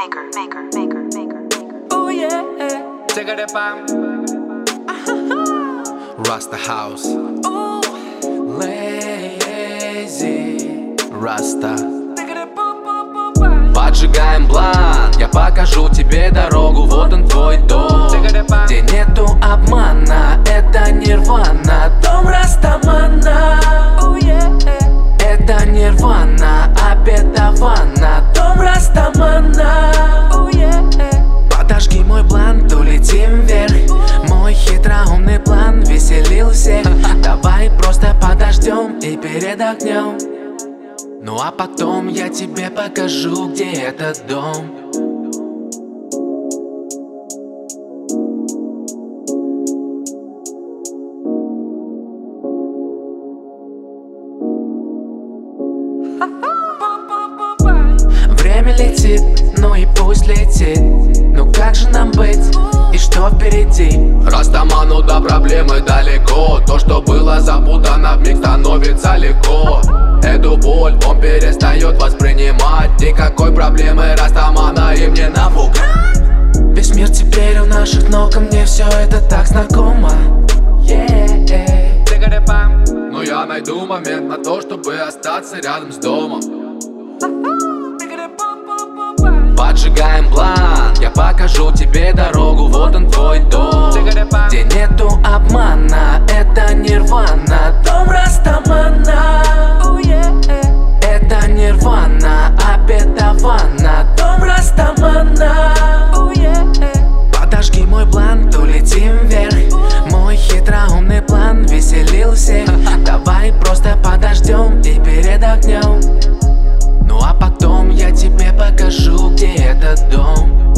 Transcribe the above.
Oh yeah. Take it up. Rasta House. Ooh. Lazy Rasta. Поджигаем блант, я покажу тебе дорогу, вот он твой дом, где нету обмана, это нирвана, дом Растамана. Это нирвана, обетована, дом Растамана. Подожги мой блант, улетим вверх, мой хитроумный план веселил всех. Давай просто подождем и передохнем. Ну а потом я тебе покажу, где этот дом. Время летит, ну и пусть летит. Ну как же нам быть и что впереди? Растаману до проблемы далеко. То, что было запутано, вмиг становится легко. Эту боль он перестает воспринимать. Никакой проблемы Растамана им не напугать. Весь мир теперь у наших ног, а мне все это так знакомо. Но я найду момент на то, чтобы остаться рядом с домом. Поджигаем блант, я покажу тебе дорогу, вот он твой дом, где нету обмана, это нирвана, дом Растамана. Это нирвана, обетована, дом Растамана. Подожги мой блант, улетим вверх, мой хитроумный план веселил всех. Давай просто подождем и передохнем. Ну а потом я тебе покажу, где этот дом.